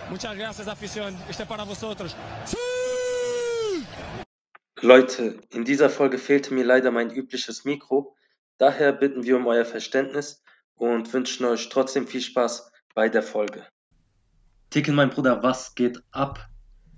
Muchas gracias, afición. Este para vosotros. Leute, in dieser Folge fehlte mir leider mein übliches Mikro, daher bitten wir um euer Verständnis und wünschen euch trotzdem viel Spaß bei der Folge. Ticken, mein Bruder, was geht ab?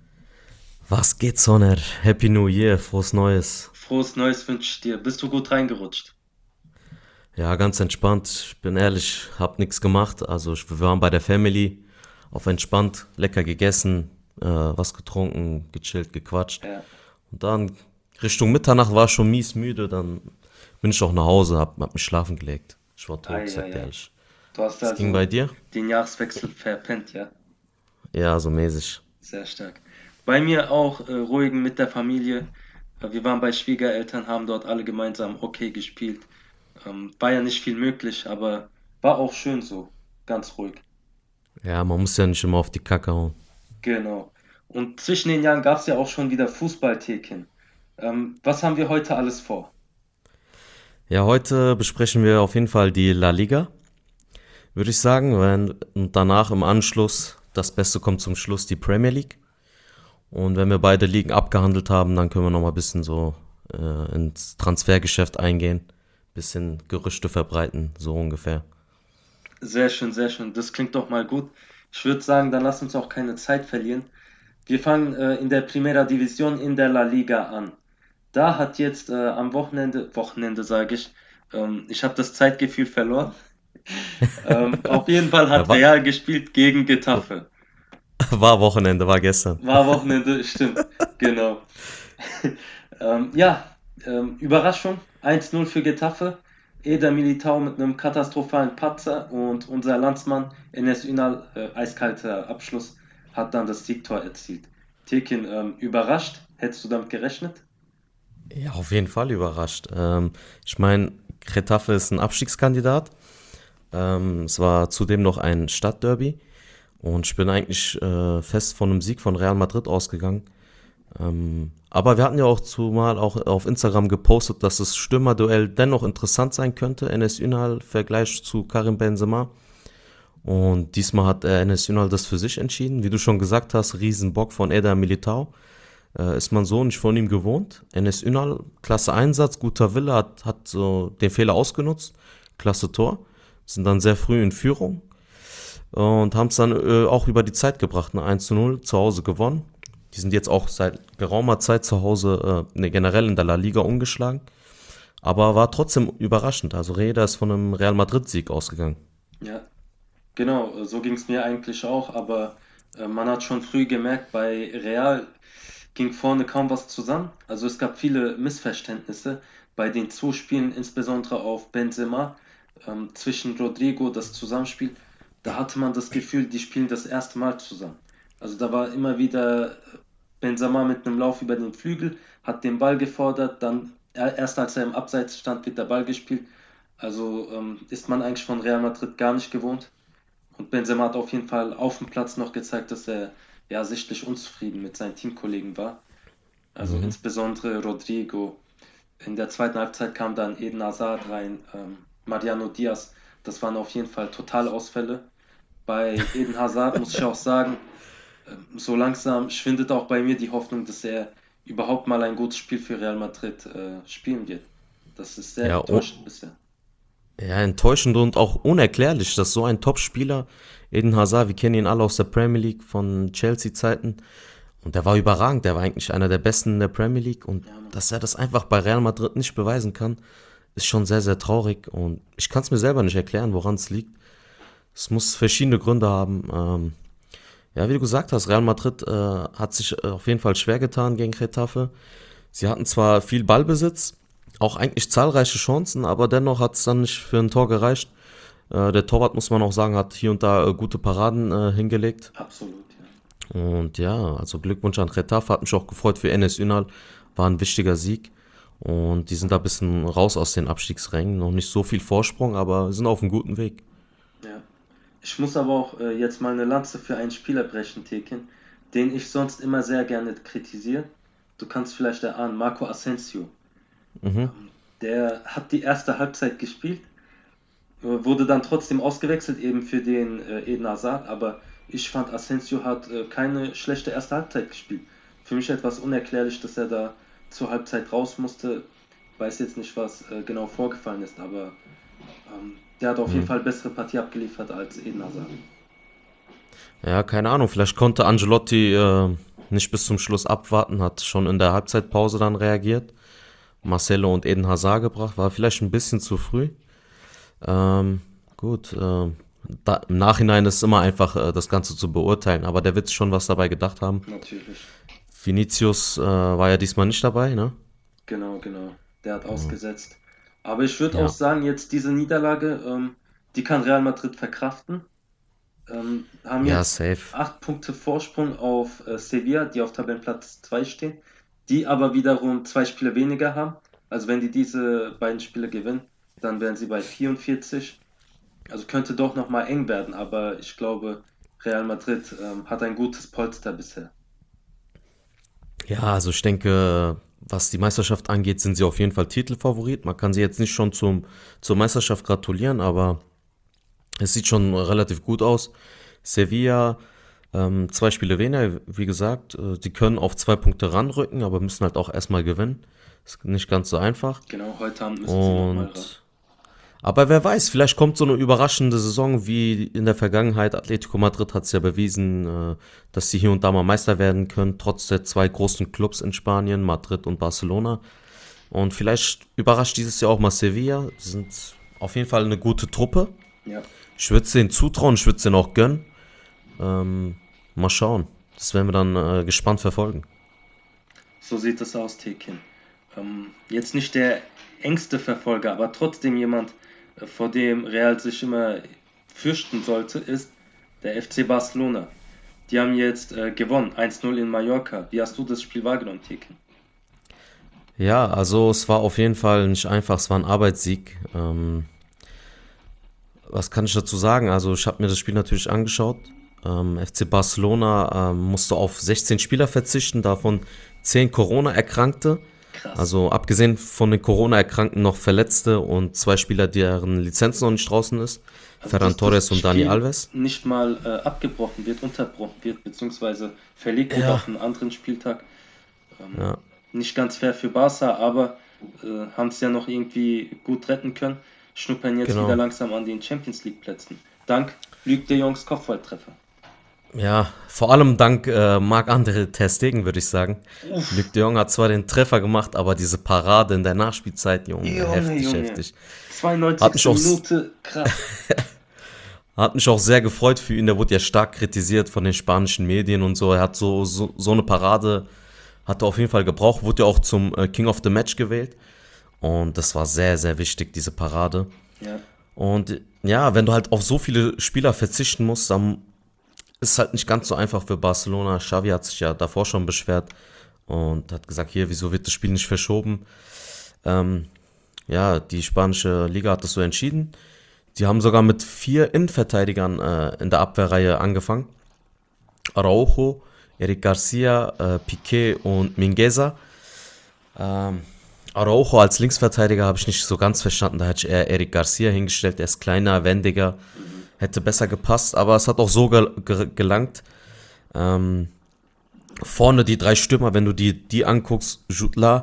Was geht, Sonner? Happy New Year, frohes Neues. Frohes Neues wünsche ich dir. Bist du gut reingerutscht? Ja, ganz entspannt. Ich bin ehrlich, hab nichts gemacht. Also wir waren bei der Family, auf entspannt, lecker gegessen, was getrunken, gechillt, gequatscht. Ja. Und dann Richtung Mitternacht war ich schon mies müde, dann bin ich auch nach Hause, hab mich schlafen gelegt. Ich war tot, sag dir ehrlich. Du hast Was ging also bei dir? den Jahreswechsel verpennt, ja? Ja, so mäßig. Sehr stark. Bei mir auch ruhigen mit der Familie. Wir waren bei Schwiegereltern, haben dort alle gemeinsam Hockey gespielt. War ja nicht viel möglich, aber war auch schön so. Ganz ruhig. Ja, man muss ja nicht immer auf die Kacke hauen. Genau. Und zwischen den Jahren gab es ja auch schon wieder Fußballtheken. Was haben wir heute alles vor? Ja, heute besprechen wir auf jeden Fall die La Liga, würde ich sagen. Und danach im Anschluss, das Beste kommt zum Schluss, die Premier League. Und wenn wir beide Ligen abgehandelt haben, dann können wir noch mal ein bisschen so ins Transfergeschäft eingehen, bisschen Gerüchte verbreiten, so ungefähr. Sehr schön, sehr schön. Das klingt doch mal gut. Ich würde sagen, dann lass uns auch keine Zeit verlieren. Wir fangen in der Primera División in der La Liga an. Da hat jetzt am Wochenende sage ich habe das Zeitgefühl verloren. Auf jeden Fall Ja, hat Real gespielt gegen Getafe. war Wochenende, war gestern. War Wochenende, stimmt, genau. Ja, Überraschung, 1:0 für Getafe. Eder Militao mit einem katastrophalen Patzer und unser Landsmann Enes Ünal, eiskalter Abschluss, hat dann das Siegtor erzielt. Tekin, überrascht? Hättest du damit gerechnet? Ja, auf jeden Fall überrascht. Ich meine, Getafe ist ein Abstiegskandidat. Es war zudem noch ein Stadtderby. Und ich bin eigentlich fest von einem Sieg von Real Madrid ausgegangen. Aber wir hatten ja auch zumal auch auf Instagram gepostet, dass das Stürmerduell dennoch interessant sein könnte. Enes Ünal Vergleich zu Karim Benzema. Und diesmal hat Enes Ünal das für sich entschieden. Wie du schon gesagt hast, Riesenbock von Eder Militao. Ist man so nicht von ihm gewohnt. Enes Ünal, klasse Einsatz, guter Wille, hat so den Fehler ausgenutzt. Klasse Tor. Sind dann sehr früh in Führung. Und haben es dann auch über die Zeit gebracht. 1:0 zu Hause gewonnen. Die sind jetzt auch seit geraumer Zeit zu Hause, generell in der La Liga ungeschlagen. Aber war trotzdem überraschend. Also Reda ist von einem Real Madrid-Sieg ausgegangen. Ja, genau, so ging es mir eigentlich auch, aber man hat schon früh gemerkt, bei Real ging vorne kaum was zusammen. Also es gab viele Missverständnisse bei den Zuspielen, insbesondere auf Benzema, zwischen Rodrigo, das Zusammenspiel. Da hatte man das Gefühl, die spielen das erste Mal zusammen. Also da war immer wieder Benzema mit einem Lauf über den Flügel, hat den Ball gefordert, dann erst als er im Abseits stand, wird der Ball gespielt. Also ist man eigentlich von Real Madrid gar nicht gewohnt. Und Benzema hat auf jeden Fall auf dem Platz noch gezeigt, dass er ja sichtlich unzufrieden mit seinen Teamkollegen war. Also Mhm. insbesondere Rodrigo. In der zweiten Halbzeit kam dann Eden Hazard rein, Mariano Diaz. Das waren auf jeden Fall Totalausfälle. Bei Eden Hazard muss ich auch sagen, so langsam schwindet auch bei mir die Hoffnung, dass er überhaupt mal ein gutes Spiel für Real Madrid spielen wird. Das ist sehr Ja, enttäuschend bisher. ja, enttäuschend und auch unerklärlich, dass so ein Top-Spieler, Eden Hazard, wir kennen ihn alle aus der Premier League von Chelsea-Zeiten, und der war überragend, der war eigentlich einer der Besten in der Premier League, und Ja, Mann. dass er das einfach bei Real Madrid nicht beweisen kann, ist schon sehr, sehr traurig, und ich kann es mir selber nicht erklären, woran es liegt. Es muss verschiedene Gründe haben. Ja, wie du gesagt hast, Real Madrid hat sich auf jeden Fall schwer getan gegen Getafe. Sie hatten zwar viel Ballbesitz, auch eigentlich zahlreiche Chancen, aber dennoch hat es dann nicht für ein Tor gereicht. Der Torwart, muss man auch sagen, hat hier und da gute Paraden hingelegt. Absolut, ja. Und ja, also Glückwunsch an Getafe, hat mich auch gefreut für Enes Ünal, war ein wichtiger Sieg. Und die sind da ein bisschen raus aus den Abstiegsrängen, noch nicht so viel Vorsprung, aber sind auf einem guten Weg. Ja. Ich muss aber auch jetzt mal eine Lanze für einen Spieler brechen, Tekin, den ich sonst immer sehr gerne kritisiere. Du kannst vielleicht erahnen, Marco Asensio. Mhm. Der hat die erste Halbzeit gespielt, wurde dann trotzdem ausgewechselt, eben für den Eden Hazard, aber ich fand, Asensio hat keine schlechte erste Halbzeit gespielt. Für mich etwas unerklärlich, dass er da zur Halbzeit raus musste. Weiß jetzt nicht, was genau vorgefallen ist, aber der hat auf jeden Hm. Fall bessere Partie abgeliefert als Eden Hazard. Ja, keine Ahnung, vielleicht konnte Ancelotti nicht bis zum Schluss abwarten, hat schon in der Halbzeitpause dann reagiert. Marcelo und Eden Hazard gebracht, war vielleicht ein bisschen zu früh. Gut, im Nachhinein ist es immer einfach, das Ganze zu beurteilen, aber der wird sich schon was dabei gedacht haben. Natürlich. Vinicius war ja diesmal nicht dabei, ne? Genau, genau. Der hat ausgesetzt. Aber ich würde auch Ja, sagen, jetzt diese Niederlage, die kann Real Madrid verkraften. Haben ja, jetzt safe. 8 Punkte Vorsprung auf Sevilla, die auf Tabellenplatz 2 stehen, die aber wiederum 2 Spiele weniger haben. Also wenn die diese beiden Spiele gewinnen, dann wären sie bei 44. Also könnte doch nochmal eng werden, aber ich glaube, Real Madrid hat ein gutes Polster bisher. Ja, also ich denke, was die Meisterschaft angeht, sind sie auf jeden Fall Titelfavorit. Man kann sie jetzt nicht schon zur Meisterschaft gratulieren, aber es sieht schon relativ gut aus. Sevilla, 2 Spiele weniger, wie gesagt, die können auf 2 Punkte ranrücken, aber müssen halt auch erstmal gewinnen. Ist nicht ganz so einfach. Genau, heute Abend müssen sie nochmal ran. Und aber wer weiß, vielleicht kommt so eine überraschende Saison wie in der Vergangenheit. Atletico Madrid hat es ja bewiesen, dass sie hier und da mal Meister werden können, trotz der 2 großen Clubs in Spanien, Madrid und Barcelona. Und vielleicht überrascht dieses Jahr auch mal Sevilla. Sie sind auf jeden Fall eine gute Truppe. Ja. Ich würde es denen zutrauen, ich würde es denen auch gönnen. Mal schauen. Das werden wir dann gespannt verfolgen. So sieht es aus, Tekin. Jetzt nicht der engste Verfolger, aber trotzdem jemand, vor dem Real sich immer fürchten sollte, ist der FC Barcelona. Die haben jetzt gewonnen, 1-0 in Mallorca. Wie hast du das Spiel wahrgenommen, Tekin? Ja, also es war auf jeden Fall nicht einfach, es war ein Arbeitssieg. Was kann ich dazu sagen? Also ich habe mir das Spiel natürlich angeschaut. FC Barcelona musste auf 16 Spieler verzichten, davon 10 Corona-Erkrankte. Krass. Also abgesehen von den Corona-Erkrankten noch Verletzte und 2 Spieler, deren Lizenz noch nicht draußen ist. Also, Ferran dass das Torres und Dani Spiel Alves. nicht mal abgebrochen wird, unterbrochen wird, beziehungsweise verlegt wird Ja, auf einen anderen Spieltag. Ähm, ja, Nicht ganz fair für Barca, aber haben es ja noch irgendwie gut retten können. Schnuppern jetzt wieder genau. langsam an den Champions League Plätzen. Dank Luc de Jongs Kopfballtreffer. Ja, vor allem dank Marc-André ter Stegen, würde ich sagen. Luc de Jong hat zwar den Treffer gemacht, aber diese Parade in der Nachspielzeit, Junge, Junge, heftig, Junge. heftig. Hat mich 92. auch, Minute, krass. hat mich auch sehr gefreut für ihn. Der wurde ja stark kritisiert von den spanischen Medien und so. Er hat so eine Parade, hat er auf jeden Fall gebraucht. Wurde ja auch zum King of the Match gewählt. Und das war sehr, sehr wichtig, diese Parade. Ja, Und ja, wenn du halt auf so viele Spieler verzichten musst, dann ist es halt nicht ganz so einfach für Barcelona. Xavi hat sich ja davor schon beschwert und hat gesagt, hier, wieso wird das Spiel nicht verschoben? Ähm, ja, die spanische Liga hat das so entschieden. Die haben sogar mit 4 Innenverteidigern in der Abwehrreihe angefangen. Araujo, Eric Garcia, Piqué und Mingueza. Ähm, Araujo als Linksverteidiger habe ich nicht so ganz verstanden. Da hätte ich eher Eric Garcia hingestellt. Der ist kleiner, wendiger, hätte besser gepasst. Aber es hat auch so gelangt. Ähm, Vorne die 3 Stürmer, wenn du die anguckst, Jutla,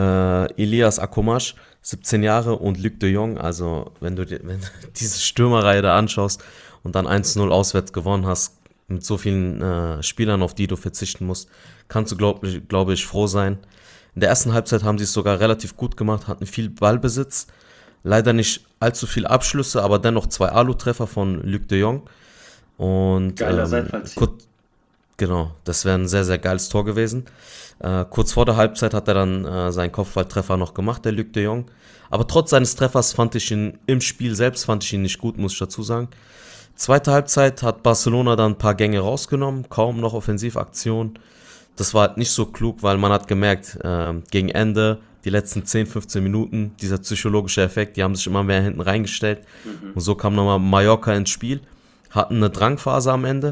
Elias Akomash, 17 Jahre und Luc de Jong. Also wenn du diese Stürmerreihe da anschaust und dann 1-0 auswärts gewonnen hast, mit so vielen Spielern, auf die du verzichten musst, kannst du, glaube ich, froh sein. In der ersten Halbzeit haben sie es sogar relativ gut gemacht, hatten viel Ballbesitz, leider nicht allzu viele Abschlüsse, aber dennoch 2 Alu-Treffer von Luc de Jong. Und geiler Seitfallzieher. genau, das wäre ein sehr, sehr geiles Tor gewesen. Kurz vor der Halbzeit hat er dann seinen Kopfballtreffer noch gemacht, der Luc de Jong. Aber trotz seines Treffers fand ich ihn im Spiel selbst nicht gut, muss ich dazu sagen. Zweite Halbzeit hat Barcelona dann ein paar Gänge rausgenommen, kaum noch Offensivaktion. Das war halt nicht so klug, weil man hat gemerkt, gegen Ende, die letzten 10, 15 Minuten, dieser psychologische Effekt, die haben sich immer mehr hinten reingestellt. Und so kam nochmal Mallorca ins Spiel, hatten eine Drangphase am Ende,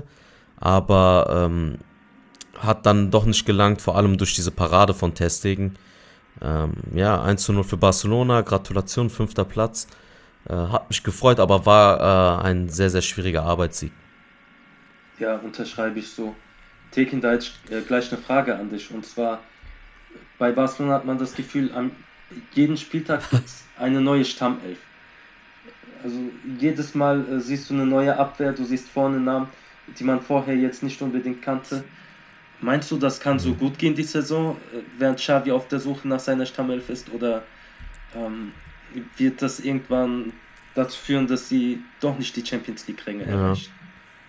aber hat dann doch nicht gelangt, vor allem durch diese Parade von ter Stegen. Ja, 1-0 für Barcelona, Gratulation, 5. Platz. Hat mich gefreut, aber war ein sehr, sehr schwieriger Arbeitssieg. Ja, unterschreibe ich so. Tekin, da jetzt gleich eine Frage an dich. Und zwar, bei Barcelona hat man das Gefühl, an jedem Spieltag gibt es eine neue Stammelf. Also jedes Mal siehst du eine neue Abwehr, du siehst vorne Namen, die man vorher jetzt nicht unbedingt kannte. Meinst du, das kann so Mhm. gut gehen die Saison, während Xavi auf der Suche nach seiner Stammelf ist? Oder ähm, wird das irgendwann dazu führen, dass sie doch nicht die Champions League-Ränge Ja. erreichen?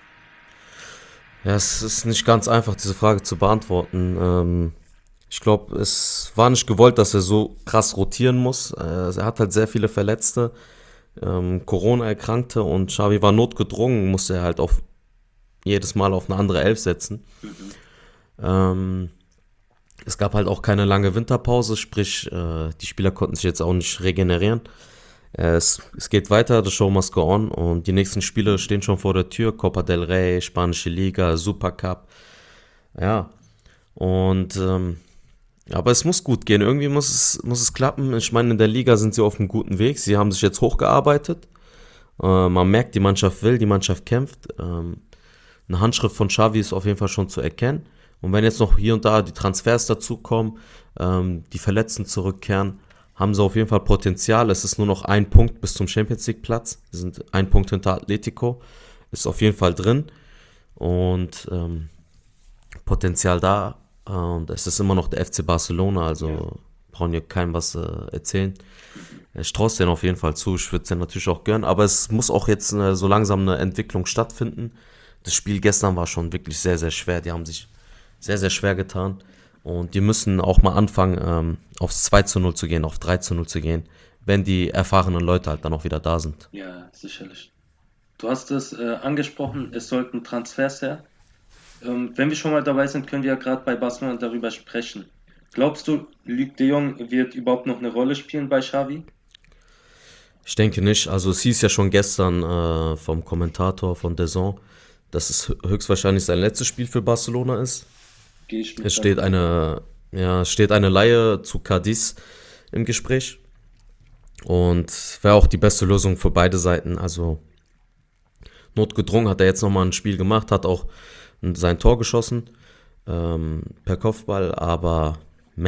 Ja, es ist nicht ganz einfach, diese Frage zu beantworten. Ich glaube, es war nicht gewollt, dass er so krass rotieren muss. Er hat halt sehr viele Verletzte, Corona-Erkrankte und Xavi war notgedrungen, musste er halt auf jedes Mal auf eine andere Elf setzen. Mhm. Ähm, Es gab halt auch keine lange Winterpause, sprich, die Spieler konnten sich jetzt auch nicht regenerieren. Es geht weiter, the show must go on und die nächsten Spiele stehen schon vor der Tür. Copa del Rey, Spanische Liga, Supercup, ja. Und aber es muss gut gehen, irgendwie muss es klappen. Ich meine, in der Liga sind sie auf einem guten Weg. Sie haben sich jetzt hochgearbeitet. Man merkt, die Mannschaft will, die Mannschaft kämpft. Eine Handschrift von Xavi ist auf jeden Fall schon zu erkennen. Und wenn jetzt noch hier und da die Transfers dazukommen, die Verletzten zurückkehren, haben sie auf jeden Fall Potenzial. Es ist nur noch ein Punkt bis zum Champions League Platz. Sie sind ein Punkt hinter Atletico. Ist auf jeden Fall drin. Und Potenzial da. Und es ist immer noch der FC Barcelona. Ja. Also brauchen wir keinem was erzählen. Mhm. Ich traue es denen auf jeden Fall zu. Ich würde es denen natürlich auch gönnen. Aber es muss auch jetzt so langsam eine Entwicklung stattfinden. Das Spiel gestern war schon wirklich sehr, sehr schwer. Die haben sich sehr, sehr schwer getan. Und die müssen auch mal anfangen, aufs 2:0 zu gehen, auf 3:0 zu gehen, wenn die erfahrenen Leute halt dann auch wieder da sind. Ja, sicherlich. Du hast es angesprochen, es sollten Transfers her. Wenn wir schon mal dabei sind, können wir ja gerade bei Barcelona darüber sprechen. Glaubst du, Luc de Jong wird überhaupt noch eine Rolle spielen bei Xavi? Ich denke nicht. Also es hieß ja schon gestern vom Kommentator von DAZN, dass es höchstwahrscheinlich sein letztes Spiel für Barcelona ist. Gehe ich Es mit steht davon aus. eine Leihe zu Cadiz im Gespräch und wäre auch die beste Lösung für beide Seiten. Also notgedrungen hat er jetzt nochmal ein Spiel gemacht, hat auch sein Tor geschossen per Kopfball, aber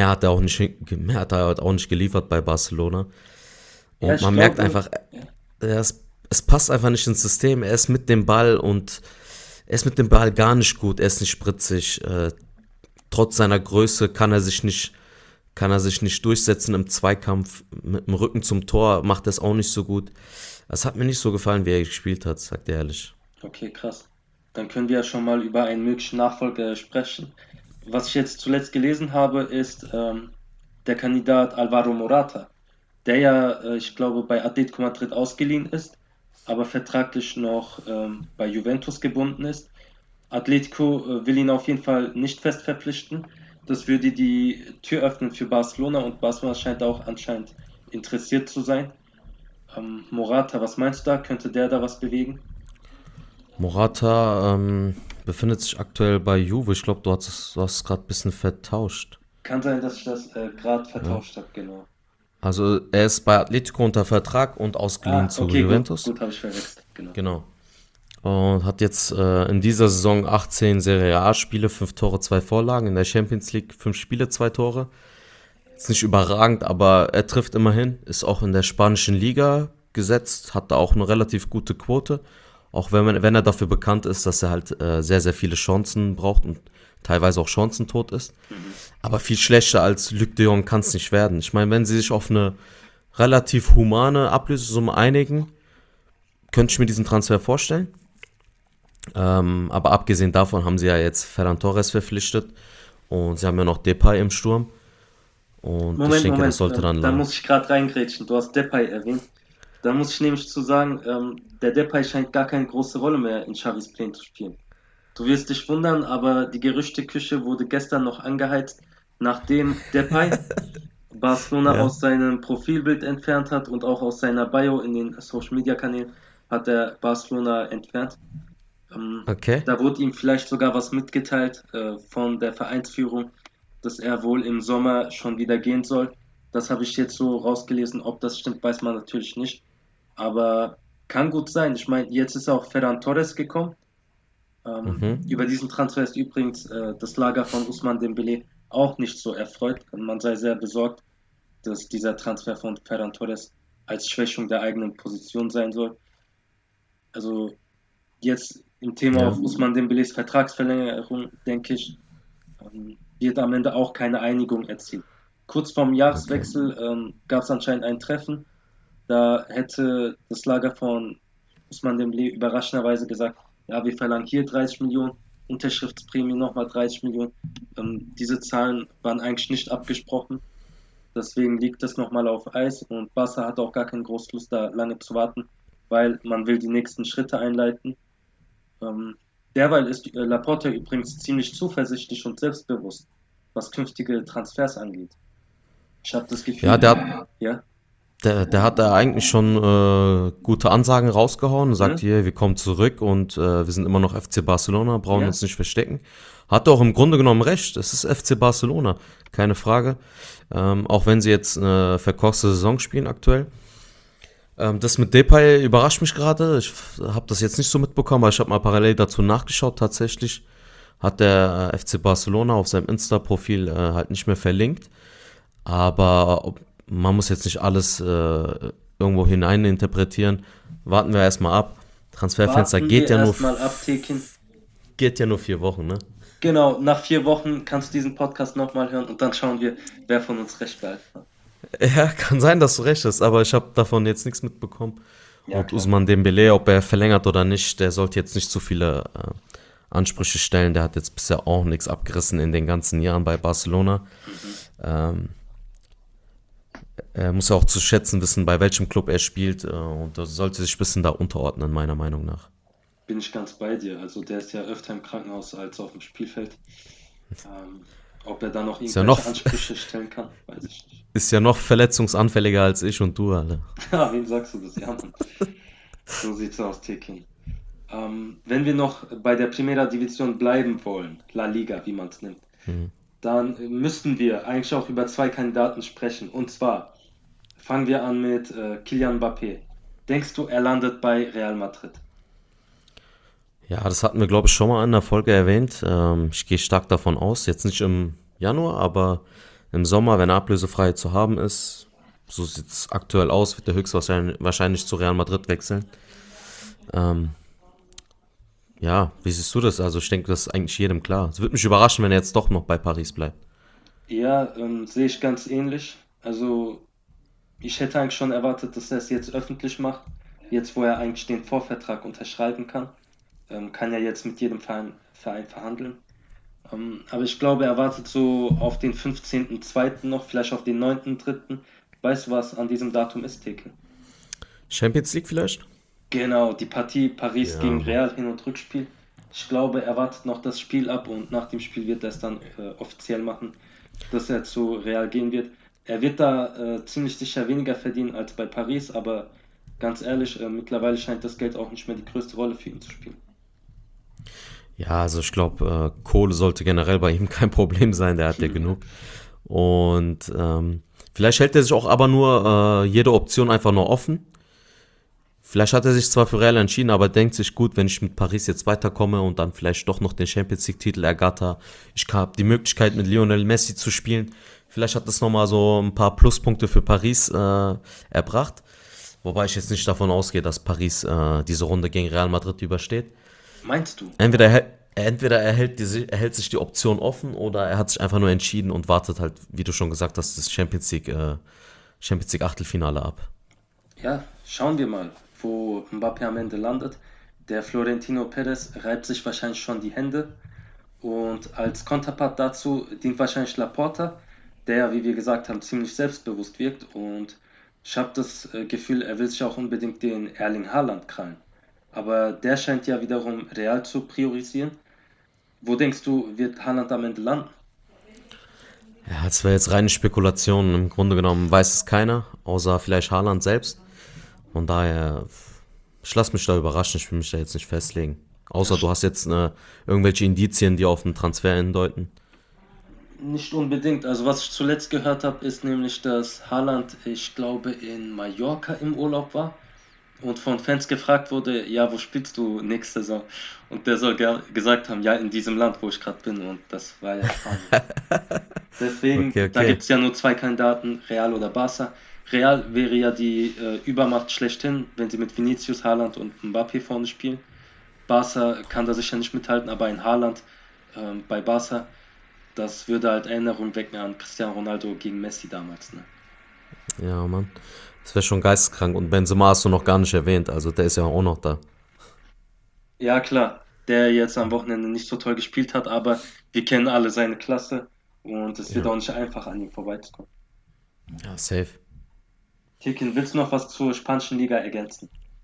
mehr hat er halt auch nicht geliefert bei Barcelona. Ja, Und ich man merkt glaube, einfach, ja, es passt einfach nicht ins System. Er ist mit dem Ball und er ist mit dem Ball gar nicht gut. Er ist nicht spritzig. Trotz seiner Größe kann er sich nicht durchsetzen im Zweikampf. Mit dem Rücken zum Tor macht er es auch nicht so gut. Es hat mir nicht so gefallen, wie er gespielt hat, sagt er ehrlich. okay, krass. Dann können wir ja schon mal über einen möglichen Nachfolger sprechen. Was ich jetzt zuletzt gelesen habe, ist der Kandidat Alvaro Morata, der ja, ich glaube, bei Atletico Madrid ausgeliehen ist, aber vertraglich noch bei Juventus gebunden ist. Atletico will ihn auf jeden Fall nicht fest verpflichten. Das würde die Tür öffnen für Barcelona und Barcelona scheint auch anscheinend interessiert zu sein. Morata, was meinst du da? Könnte der da was bewegen? Morata befindet sich aktuell bei Juve. Ich glaube, du hast es gerade ein bisschen vertauscht. Kann sein, dass ich das gerade Ja. vertauscht habe, genau. Also er ist bei Atletico unter Vertrag und ausgeliehen Ah, zu okay, gut, Juventus. gut, habe ich verwechselt, genau. Genau. Und hat jetzt in dieser Saison 18 Serie A-Spiele, 5 Tore, 2 Vorlagen. In der Champions League 5 Spiele, 2 Tore. Ist nicht überragend, aber er trifft immerhin. Ist auch in der spanischen Liga gesetzt, hat da auch eine relativ gute Quote. Auch wenn er dafür bekannt ist, dass er halt sehr, sehr viele Chancen braucht und teilweise auch chancentot ist. Mhm. Aber viel schlechter als Luc de Jong kann es nicht werden. Ich meine, wenn sie sich auf eine relativ humane Ablösesumme einigen, könnte ich mir diesen Transfer vorstellen. Aber abgesehen davon haben sie ja jetzt Ferran Torres verpflichtet und sie haben ja noch Depay im Sturm und ich Moment, denke, das Moment, sollte dann da lang. muss ich gerade reingrätschen. Du hast Depay erwähnt. Da muss ich nämlich zu sagen, der Depay scheint gar keine große Rolle mehr in Xavis Plänen zu spielen. Du wirst dich wundern, aber die Gerüchteküche wurde gestern noch angeheizt, nachdem Depay Barcelona Ja, aus seinem Profilbild entfernt hat und auch aus seiner Bio in den Social Media Kanälen hat er Barcelona entfernt. okay. Da wurde ihm vielleicht sogar was mitgeteilt von der Vereinsführung, dass er wohl im Sommer schon wieder gehen soll. Das habe ich jetzt so rausgelesen. Ob das stimmt, weiß man natürlich nicht. Aber kann gut sein. Ich meine, jetzt ist auch Ferran Torres gekommen. Über diesen Transfer ist übrigens das Lager von Ousmane Dembélé auch nicht so erfreut. Man sei sehr besorgt, dass dieser Transfer von Ferran Torres als Schwächung der eigenen Position sein soll. Also jetzt im Thema Ja. auf Ousmane Dembélés Vertragsverlängerung, denke ich, wird am Ende auch keine Einigung erzielt. Kurz vorm Jahreswechsel gab es anscheinend ein Treffen. Da hätte das Lager von Ousmane Dembélé überraschenderweise gesagt, ja, wir verlangen hier 30 Millionen, Unterschriftsprämie nochmal 30 Millionen. Diese Zahlen waren eigentlich nicht abgesprochen. Deswegen liegt das nochmal auf Eis und Barca hat auch gar keine große Lust, da lange zu warten, weil man will die nächsten Schritte einleiten. Derweil ist Laporta übrigens ziemlich zuversichtlich und selbstbewusst, was künftige Transfers angeht. Ich habe das Gefühl, Ja, ja, der hat da eigentlich schon gute Ansagen rausgehauen und sagt hier, wir kommen zurück und wir sind immer noch FC Barcelona, brauchen Ja. uns nicht verstecken. Hat auch im Grunde genommen recht, es ist FC Barcelona, keine Frage. Auch wenn sie jetzt eine verkorkste Saison spielen aktuell. Das mit Depay überrascht mich gerade. Ich habe das jetzt nicht so mitbekommen, aber ich habe mal parallel dazu nachgeschaut. Tatsächlich hat der FC Barcelona auf seinem Insta-Profil halt nicht mehr verlinkt. Aber man muss jetzt nicht alles irgendwo hineininterpretieren. Warten wir erstmal ab. Transferfenster warten geht wir ja nur erstmal ab, Tekin. geht ja nur 4 Wochen, ne? Genau, nach 4 Wochen kannst du diesen Podcast nochmal hören und dann schauen wir, wer von uns recht behalten hat. Ja, kann sein, dass du recht hast, aber ich habe davon jetzt nichts mitbekommen. Ja, Und klar. Ousmane Dembélé, ob er verlängert oder nicht, der sollte jetzt nicht zu viele Ansprüche stellen. Der hat jetzt bisher auch nichts abgerissen in den ganzen Jahren bei Barcelona. Er muss ja auch zu schätzen wissen, bei welchem Club er spielt und er sollte sich ein bisschen da unterordnen, meiner Meinung nach. Bin ich ganz bei dir. Also der ist ja öfter im Krankenhaus als auf dem Spielfeld. Ob er da noch Ist ja irgendwelche noch- Ansprüche stellen kann, weiß ich nicht. Ist ja noch verletzungsanfälliger als ich und du alle. Ja, wem sagst du das? Ja, Mann. So sieht's aus, Tekin. Wenn wir noch bei der Primera Division bleiben wollen, La Liga, wie man es nennt, dann müssten wir eigentlich auch über 2 Kandidaten sprechen. Und zwar fangen wir an mit Kylian Mbappé. Denkst du, er landet bei Real Madrid? Ja, das hatten wir, glaube ich, schon mal in der Folge erwähnt. Ich gehe stark davon aus, jetzt nicht im Januar, aber im Sommer, wenn er ablösefrei zu haben ist, so sieht es aktuell aus, wird er höchstwahrscheinlich zu Real Madrid wechseln. Ja, wie siehst du das? Also ich denke, das ist eigentlich jedem klar. Es würde mich überraschen, wenn er jetzt doch noch bei Paris bleibt. Ja, sehe ich ganz ähnlich. Also ich hätte eigentlich schon erwartet, dass er es jetzt öffentlich macht, jetzt wo er eigentlich den Vorvertrag unterschreiben kann. Kann ja jetzt mit jedem Verein verhandeln. Aber ich glaube, er wartet so auf den 15.02. noch, vielleicht auf den 9.03. Weißt du, was an diesem Datum ist, Theke? Champions League vielleicht? Genau, die Partie Paris Ja. gegen Real, Hin- und Rückspiel. Ich glaube, er wartet noch das Spiel ab und nach dem Spiel wird er es dann offiziell machen, dass er zu Real gehen wird. Er wird da ziemlich sicher weniger verdienen als bei Paris, aber ganz ehrlich, mittlerweile scheint das Geld auch nicht mehr die größte Rolle für ihn zu spielen. Ja, also ich glaube, Kohle sollte generell bei ihm kein Problem sein, der hat ja genug. Und vielleicht hält er sich auch aber nur jede Option einfach nur offen. Vielleicht hat er sich zwar für Real entschieden, aber denkt sich, gut, wenn ich mit Paris jetzt weiterkomme und dann vielleicht doch noch den Champions League-Titel ergatter, ich habe die Möglichkeit mit Lionel Messi zu spielen. Vielleicht hat das nochmal so ein paar Pluspunkte für Paris erbracht. Wobei ich jetzt nicht davon ausgehe, dass Paris diese Runde gegen Real Madrid übersteht. Meinst du? Entweder er hält sich die Option offen oder er hat sich einfach nur entschieden und wartet halt, wie du schon gesagt hast, das Champions League Achtelfinale ab. Ja, schauen wir mal, wo Mbappé am Ende landet. Der Florentino Perez reibt sich wahrscheinlich schon die Hände. Und als Konterpart dazu dient wahrscheinlich Laporta, der, wie wir gesagt haben, ziemlich selbstbewusst wirkt. Und ich habe das Gefühl, er will sich auch unbedingt den Erling Haaland krallen. Aber der scheint ja wiederum Real zu priorisieren. Wo denkst du, wird Haaland am Ende landen? Ja, das wäre jetzt reine Spekulation. Im Grunde genommen weiß es keiner, außer vielleicht Haaland selbst. Von daher, ich lasse mich da überraschen, ich will mich da jetzt nicht festlegen. Außer du hast jetzt irgendwelche Indizien, die auf einen Transfer hindeuten. Nicht unbedingt. Also was ich zuletzt gehört habe, ist nämlich, dass Haaland, ich glaube, in Mallorca im Urlaub war und von Fans gefragt wurde, ja, wo spielst du nächste Saison? Und der soll gesagt haben, ja, in diesem Land, wo ich gerade bin. Und das war ja Spanien. Deswegen, Okay, da okay. gibt es ja nur zwei Kandidaten, Real oder Barca. Real wäre ja die Übermacht schlechthin, wenn sie mit Vinicius, Haaland und Mbappé vorne spielen. Barca kann da sicher nicht mithalten, aber ein Haaland bei Barca, das würde halt Erinnerungen wecken an Cristiano Ronaldo gegen Messi damals. Ne? Ja, Mann. Das wäre schon geisteskrank. Und Benzema hast du noch gar nicht erwähnt. Also der ist ja auch noch da. Ja, klar, der jetzt am Wochenende nicht so toll gespielt hat, aber wir kennen alle seine Klasse und es wird Ja, auch nicht einfach an ihm vorbeizukommen. ja, safe. Tekin, willst du noch was zur spanischen Liga ergänzen?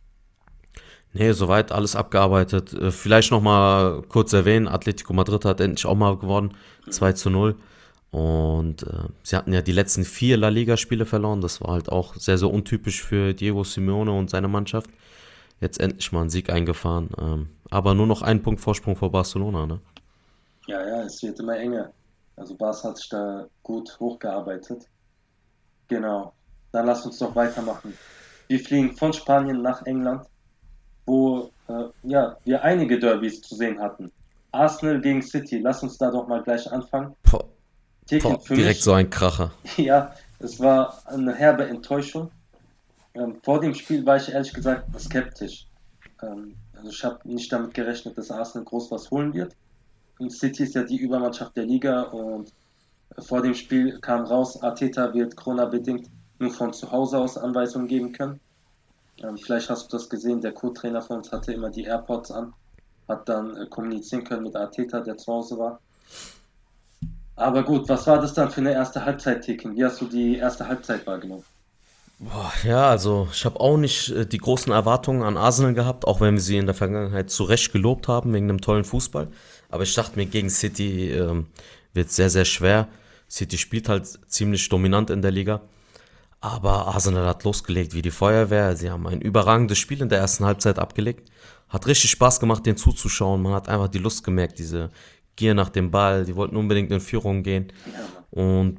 Nee, soweit alles abgearbeitet. Vielleicht noch mal kurz erwähnen, Atletico Madrid hat endlich auch mal gewonnen, Mhm. 2:0. Und sie hatten ja die letzten 4 La Liga-Spiele verloren. Das war halt auch sehr, sehr untypisch für Diego Simeone und seine Mannschaft. Jetzt endlich mal einen Sieg eingefahren. Aber nur noch einen Punkt Vorsprung vor Barcelona, ne? Ja, ja, es wird immer enger. Also Barca hat sich da gut hochgearbeitet. Genau. Dann lass uns doch weitermachen. Wir fliegen von Spanien nach England, wo ja, wir einige Derbys zu sehen hatten. Arsenal gegen City. Lass uns da doch mal gleich anfangen. Boah, Tekin, boah, für direkt so mich, ein Kracher. ja, es war eine herbe Enttäuschung. Vor dem Spiel war ich ehrlich gesagt skeptisch. Also ich habe nicht damit gerechnet, dass Arsenal groß was holen wird. Und City ist ja die Übermannschaft der Liga und vor dem Spiel kam raus, Arteta wird Corona-bedingt nur von zu Hause aus Anweisungen geben können. Vielleicht hast du das gesehen, der Co-Trainer von uns hatte immer die AirPods an, hat dann kommunizieren können mit Arteta, der zu Hause war. Aber gut, was war das dann für eine erste Halbzeit, Tekin? Wie hast du die erste Halbzeit wahrgenommen? Boah, ja, also ich habe auch nicht die großen Erwartungen an Arsenal gehabt, auch wenn wir sie in der Vergangenheit zu Recht gelobt haben wegen dem tollen Fußball. Aber ich dachte mir, gegen City wird sehr, sehr schwer. City spielt halt ziemlich dominant in der Liga. Aber Arsenal hat losgelegt wie die Feuerwehr. Sie haben ein überragendes Spiel in der ersten Halbzeit abgelegt. Hat richtig Spaß gemacht, denen zuzuschauen. Man hat einfach die Lust gemerkt, diese Gier nach dem Ball. Die wollten unbedingt in Führung gehen. Ja, Mann, Und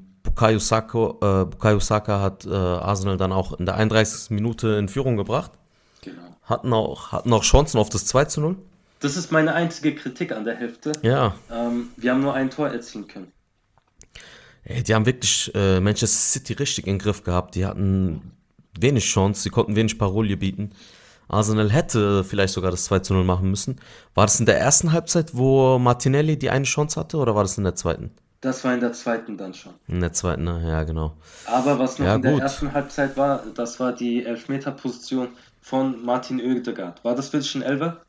Bukayo Saka hat Arsenal dann auch in der 31. Minute in Führung gebracht. genau. Hatten auch Chancen auf das 2:0. Das ist meine einzige Kritik an der Hälfte. Ja, Wir haben nur ein Tor erzielen können. ey, die haben wirklich Manchester City richtig in den Griff gehabt. Die hatten wenig Chance, sie konnten wenig Parolie bieten. Arsenal hätte vielleicht sogar das 2:0 machen müssen. War das in der ersten Halbzeit, wo Martinelli die eine Chance hatte, oder war das in der zweiten? Das war in der zweiten dann schon. In der zweiten, ne? Ja, genau. Aber was noch Ja, in der gut. ersten Halbzeit war, das war die Elfmeterposition von Martin Oedegaard. War das wirklich ein Elfer?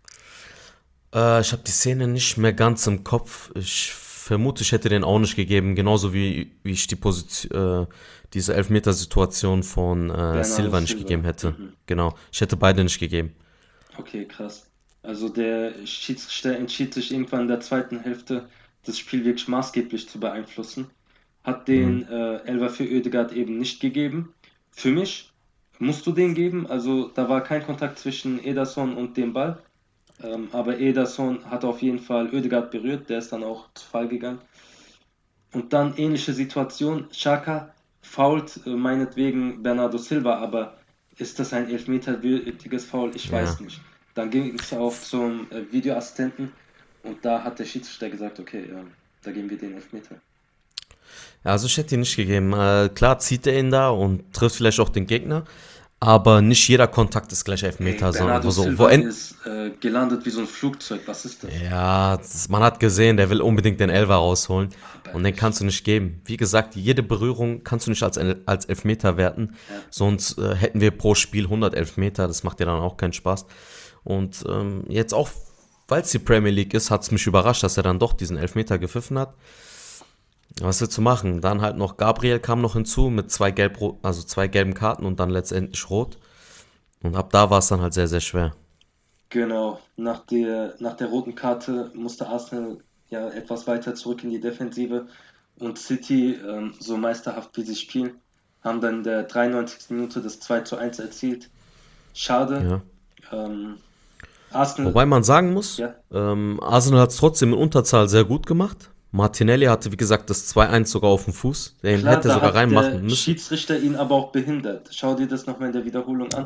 Ich habe die Szene nicht mehr ganz im Kopf. Ich vermute, ich hätte den auch nicht gegeben, genauso wie ich diese Elfmetersituation von Bernardo Silva nicht Silva. gegeben hätte. Mhm. Genau, ich hätte beide nicht gegeben. Okay, krass. Also der Schiedsrichter entschied sich irgendwann in der zweiten Hälfte, das Spiel wirklich maßgeblich zu beeinflussen. Hat Mhm. den Elfer für Oedegaard eben nicht gegeben. Für mich musst du den geben. Also da war kein Kontakt zwischen Ederson und dem Ball. Aber Ederson hat auf jeden Fall Oedegaard berührt. Der ist dann auch zu Fall gegangen. Und dann ähnliche Situation. Xhaka foult meinetwegen Bernardo Silva, aber ist das ein elfmeterwürdiges Foul? Ich Ja. weiß nicht. Dann ging es auch zum Videoassistenten und da hat der Schiedsrichter gesagt, okay, da geben wir den Elfmeter. Ja, also ich hätte ihn nicht gegeben. Klar zieht er ihn da und trifft vielleicht auch den Gegner, aber nicht jeder Kontakt ist gleich Ey, Elfmeter, sondern Bernardo wo Silva ist gelandet wie so ein Flugzeug. Was ist das? ja, man hat gesehen, der will unbedingt den Elfer rausholen Aber und den echt. kannst du nicht geben. Wie gesagt, jede Berührung kannst du nicht als Elfmeter werten, Ja, sonst hätten wir pro Spiel 100 Elfmeter, das macht ja dann auch keinen Spaß. Und jetzt auch, weil es die Premier League ist, hat es mich überrascht, dass er dann doch diesen Elfmeter gepfiffen hat. Was willst du machen? Dann halt noch Gabriel kam noch hinzu mit also 2 gelben Karten und dann letztendlich rot. Und ab da war es dann halt sehr, sehr schwer. genau. Nach der roten Karte musste Arsenal ja etwas weiter zurück in die Defensive und City, so meisterhaft wie sie spielen, haben dann in der 93. Minute das 2:1 erzielt. Schade. Ja. Ähm, Arsenal, Wobei man sagen muss, ja, Arsenal hat es trotzdem in Unterzahl sehr gut gemacht. Martinelli hatte, wie gesagt, das 2:1 sogar auf dem Fuß. Den klar, hätte er da sogar hat reinmachen der müssen. Schiedsrichter ihn aber auch behindert. Schau dir das nochmal in der Wiederholung an.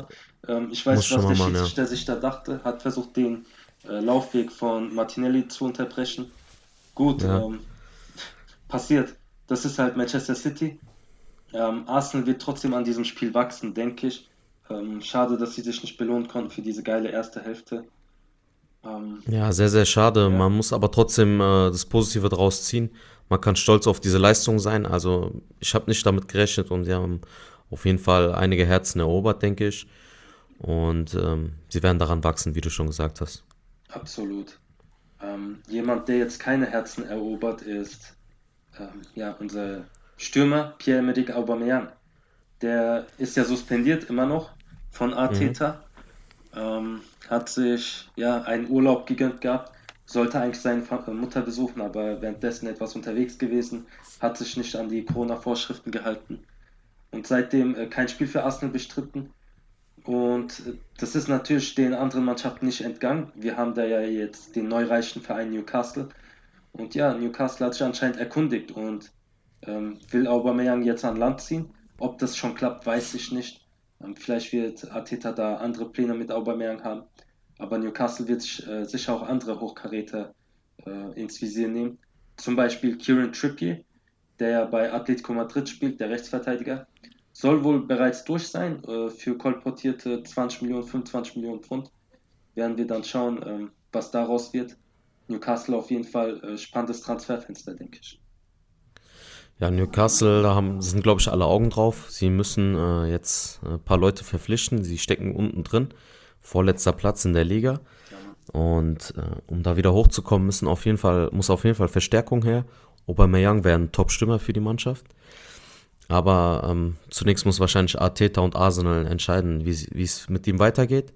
Ich Muss weiß, schon was mal der machen, ja. Schiedsrichter sich da dachte, hat versucht, den Laufweg von Martinelli zu unterbrechen. Gut, Ja. passiert. Das ist halt Manchester City. Arsenal wird trotzdem an diesem Spiel wachsen, denke ich. Schade, dass sie sich nicht belohnen konnten für diese geile erste Hälfte. Ähm, Ja, sehr, sehr schade. ja, Man muss aber trotzdem das Positive draus ziehen. Man kann stolz auf diese Leistung sein. Also ich habe nicht damit gerechnet und sie haben auf jeden Fall einige Herzen erobert, denke ich. Und sie werden daran wachsen, wie du schon gesagt hast. absolut. Jemand, der jetzt keine Herzen erobert, ist ja unser Stürmer Pierre-Emerick Aubameyang. Der ist ja suspendiert immer noch von Mhm. Arteta. Hat sich ja einen Urlaub gegönnt gehabt, sollte eigentlich seine Mutter besuchen, aber währenddessen etwas unterwegs gewesen, hat sich nicht an die Corona-Vorschriften gehalten und seitdem kein Spiel für Arsenal bestritten. Und das ist natürlich den anderen Mannschaften nicht entgangen. Wir haben da ja jetzt den neureichen Verein Newcastle. Und ja, Newcastle hat sich anscheinend erkundigt und will Aubameyang jetzt an Land ziehen. Ob das schon klappt, weiß ich nicht. Vielleicht wird Arteta da andere Pläne mit Aubameyang haben. Aber Newcastle wird sich sicher auch andere Hochkaräter ins Visier nehmen. Zum Beispiel Kieran Trippier, der ja bei Atletico Madrid spielt, der Rechtsverteidiger. Soll wohl bereits durch sein für kolportierte 20 Millionen, 25 Millionen Pfund. Werden wir dann schauen, was daraus wird. Newcastle auf jeden Fall spannendes Transferfenster, denke ich. Ja, Newcastle, sind, glaube ich, alle Augen drauf. Sie müssen jetzt ein paar Leute verpflichten. Sie stecken unten drin. Vorletzter Platz in der Liga. Ja, Mann. Und um da wieder hochzukommen, muss auf jeden Fall Verstärkung her. Aubameyang wäre ein Top-Stürmer für die Mannschaft. Aber zunächst muss wahrscheinlich Arteta und Arsenal entscheiden, wie es mit ihm weitergeht.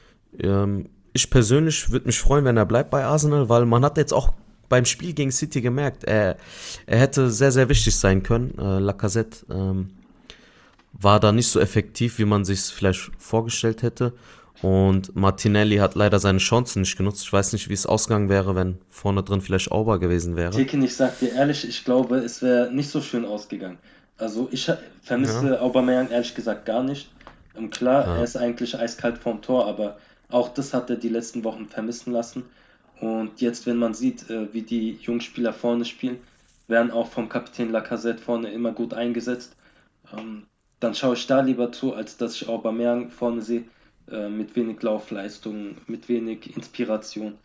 Ich persönlich würde mich freuen, wenn er bleibt bei Arsenal, weil man hat jetzt auch beim Spiel gegen City gemerkt, er hätte sehr, sehr wichtig sein können. Lacazette war da nicht so effektiv, wie man sich vielleicht vorgestellt hätte. Und Martinelli hat leider seine Chancen nicht genutzt. Ich weiß nicht, wie es ausgegangen wäre, wenn vorne drin vielleicht Auber gewesen wäre. Tekin, ich sag dir ehrlich, ich glaube, es wäre nicht so schön ausgegangen. Also ich Ja, vermisse Aubameyang ehrlich gesagt gar nicht. Klar, er ja. ist eigentlich eiskalt vorm Tor, aber auch das hat er die letzten Wochen vermissen lassen. Und jetzt, wenn man sieht, wie die Jungspieler vorne spielen, werden auch vom Kapitän Lacazette vorne immer gut eingesetzt. Ähm, Dann schaue ich da lieber zu, als dass ich Aubameyang vorne sehe, mit wenig Laufleistung, mit wenig Inspiration.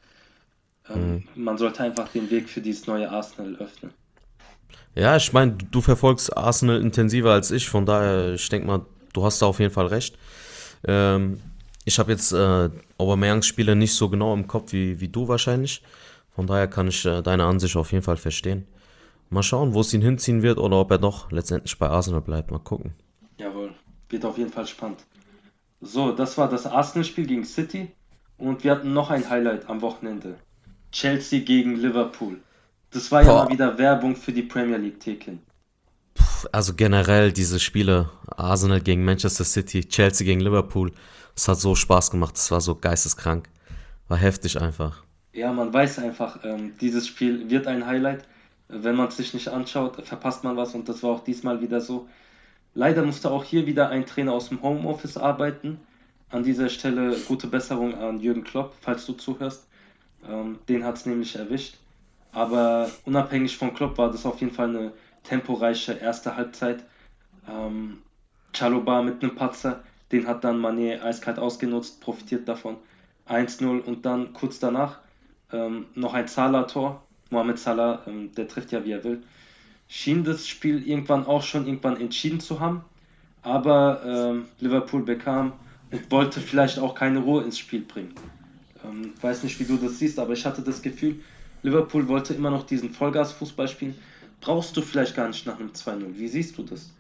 Hm. Man sollte einfach den Weg für dieses neue Arsenal öffnen. Ja, ich meine, du verfolgst Arsenal intensiver als ich, von daher, ich denke mal, du hast da auf jeden Fall recht. Ähm, Ich habe jetzt Aubameyangs Spiele nicht so genau im Kopf wie du wahrscheinlich. Von daher kann ich deine Ansicht auf jeden Fall verstehen. Mal schauen, wo es ihn hinziehen wird oder ob er doch letztendlich bei Arsenal bleibt. Mal gucken. Jawohl, wird auf jeden Fall spannend. So, das war das Arsenal-Spiel gegen City und wir hatten noch ein Highlight am Wochenende. Chelsea gegen Liverpool. Das war ja mal Boah, wieder Werbung für die Premier League, Tekin. also generell diese Spiele, Arsenal gegen Manchester City, Chelsea gegen Liverpool, es hat so Spaß gemacht, es war so geisteskrank. War heftig einfach. Ja, man weiß einfach, dieses Spiel wird ein Highlight. Wenn man es sich nicht anschaut, verpasst man was und das war auch diesmal wieder so. Leider musste auch hier wieder ein Trainer aus dem Homeoffice arbeiten. An dieser Stelle gute Besserung an Jürgen Klopp, falls du zuhörst. Den hat es nämlich erwischt. Aber unabhängig von Klopp war das auf jeden Fall eine temporeiche erste Halbzeit. Ähm, Chalobah mit einem Patzer, den hat dann Mané eiskalt ausgenutzt, profitiert davon. 1:0 und dann kurz danach noch ein Salah-Tor. Mohamed Salah, der trifft ja wie er will. Schien das Spiel irgendwann entschieden zu haben, aber Liverpool bekam und wollte vielleicht auch keine Ruhe ins Spiel bringen. Weiß nicht, wie du das siehst, aber ich hatte das Gefühl, Liverpool wollte immer noch diesen Vollgas-Fußball spielen. Brauchst du vielleicht gar nicht nach einem 2:0. Wie siehst du das?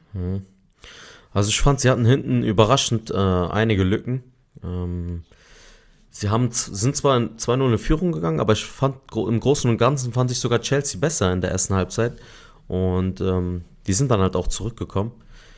Also ich fand, sie hatten hinten überraschend einige Lücken. Ähm, sind zwar in 2:0 in Führung gegangen, aber ich fand im Großen und Ganzen fand ich sogar Chelsea besser in der ersten Halbzeit. Und die sind dann halt auch zurückgekommen.